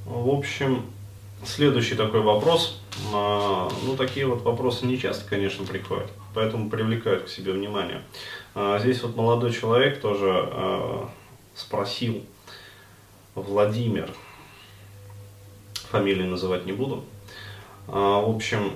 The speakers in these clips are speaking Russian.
В общем, следующий такой вопрос. Ну, такие вот вопросы не часто, конечно, приходят, поэтому привлекают к себе внимание. Здесь вот молодой человек тоже спросил, Владимир, фамилии называть не буду. В общем,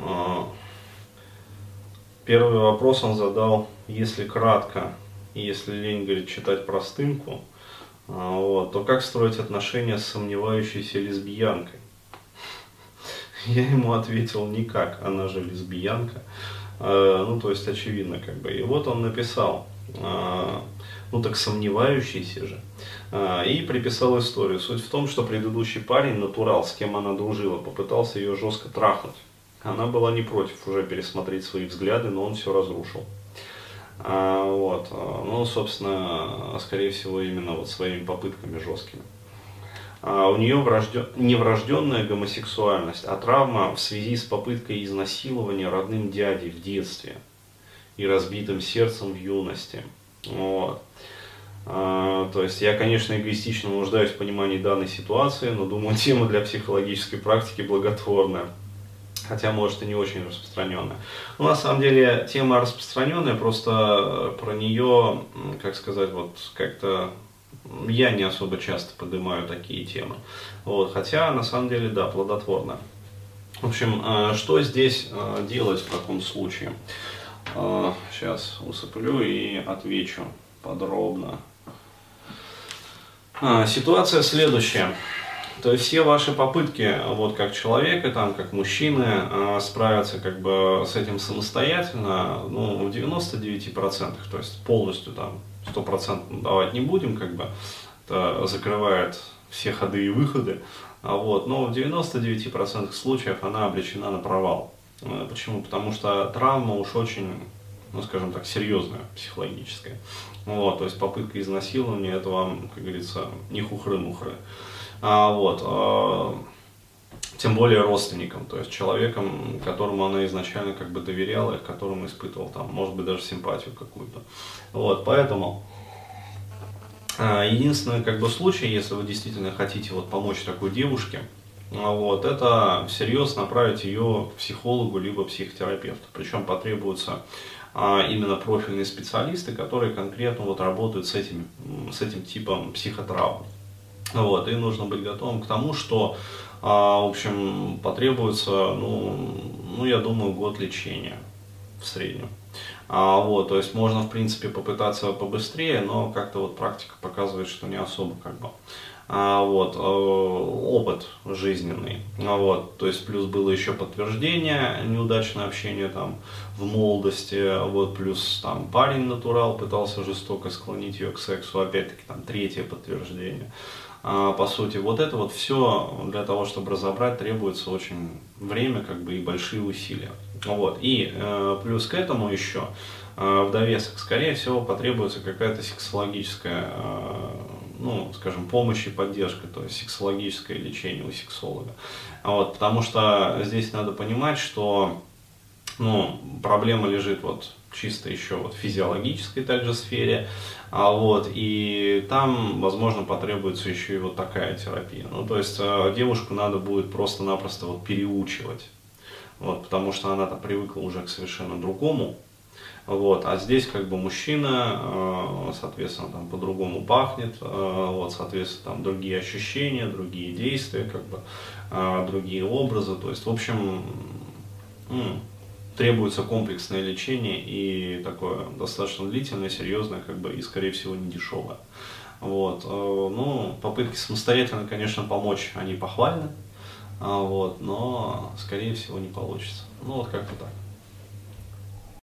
первый вопрос он задал, если кратко, и если лень, говорит, читать простынку, вот, то как строить отношения с сомневающейся лесбиянкой? Я ему ответил, никак, она же лесбиянка. Ну, то есть, очевидно, как бы. И вот он написал, ну так сомневающийся же. И приписал историю. Суть в том, что предыдущий парень, натурал, с кем она дружила, попытался ее жестко трахнуть. Она была не против уже пересмотреть свои взгляды, но он все разрушил. Вот. Ну, собственно, скорее всего, именно вот своими попытками жесткими. У нее не врожденная гомосексуальность, а травма в связи с попыткой изнасилования родным дядей в детстве и разбитым сердцем в юности. Вот. То есть я, конечно, эгоистично нуждаюсь в понимании данной ситуации, но думаю, тема для психологической практики благотворная. Хотя, может, и не очень распространенная. Но на самом деле тема распространенная, просто про нее, как сказать, вот как-то я не особо часто поднимаю такие темы. Вот, хотя, на самом деле, да, плодотворно. В общем, что здесь делать в таком случае? Сейчас усыплю и отвечу подробно. Ситуация следующая. То есть все ваши попытки, вот как человека, там, как мужчины, справиться как бы с этим самостоятельно, ну, в 99%, то есть полностью там 100% давать не будем, как бы, это закрывает все ходы и выходы, вот, но в 99% случаев она обречена на провал. Почему? Потому что травма уж очень, ну, скажем так, серьезная, психологическая. Вот, то есть попытка изнасилования, это вам, как говорится, не хухры-мухры. Вот, тем более родственникам, то есть человеком, которому она изначально как бы доверяла, к которому испытывал там, может быть, даже симпатию какую-то. Вот, поэтому единственный как бы случай, если вы действительно хотите вот помочь такой девушке, вот, это всерьез направить ее к психологу либо психотерапевту. Причем потребуются именно профильные специалисты, которые конкретно вот работают с этим типом психотравм. Вот, и нужно быть готовым к тому, что, в общем, потребуется, ну, я думаю, год лечения в среднем. Вот, то есть можно, в принципе, попытаться побыстрее, но как-то вот практика показывает, что не особо как бы. Вот, опыт жизненный, вот, то есть плюс было еще подтверждение, неудачное общение там в молодости, вот, плюс там парень натурал пытался жестоко склонить ее к сексу, опять-таки там третье подтверждение. По сути, вот это вот все для того, чтобы разобрать, требуется очень время, как бы, и большие усилия. Вот. И плюс к этому еще, в довесок, скорее всего, потребуется какая-то сексологическая, ну, скажем, помощь и поддержка, то есть сексологическое лечение у сексолога. Вот, потому что здесь надо понимать, что, ну, проблема лежит вот чисто еще вот в физиологической также сфере, вот, и там, возможно, потребуется еще и вот такая терапия. Ну, то есть девушку надо будет просто-напросто вот переучивать, вот, потому что она-то привыкла уже к совершенно другому. Вот, а здесь как бы мужчина, соответственно, там по-другому пахнет, вот, соответственно, там другие ощущения, другие действия, как бы, другие образы, то есть, в общем, требуется комплексное лечение и такое достаточно длительное, серьезное, как бы, и, скорее всего, не дешевое. Вот, ну, попытки самостоятельно, конечно, помочь, они похвальны, вот, но, скорее всего, не получится. Ну, вот как-то так.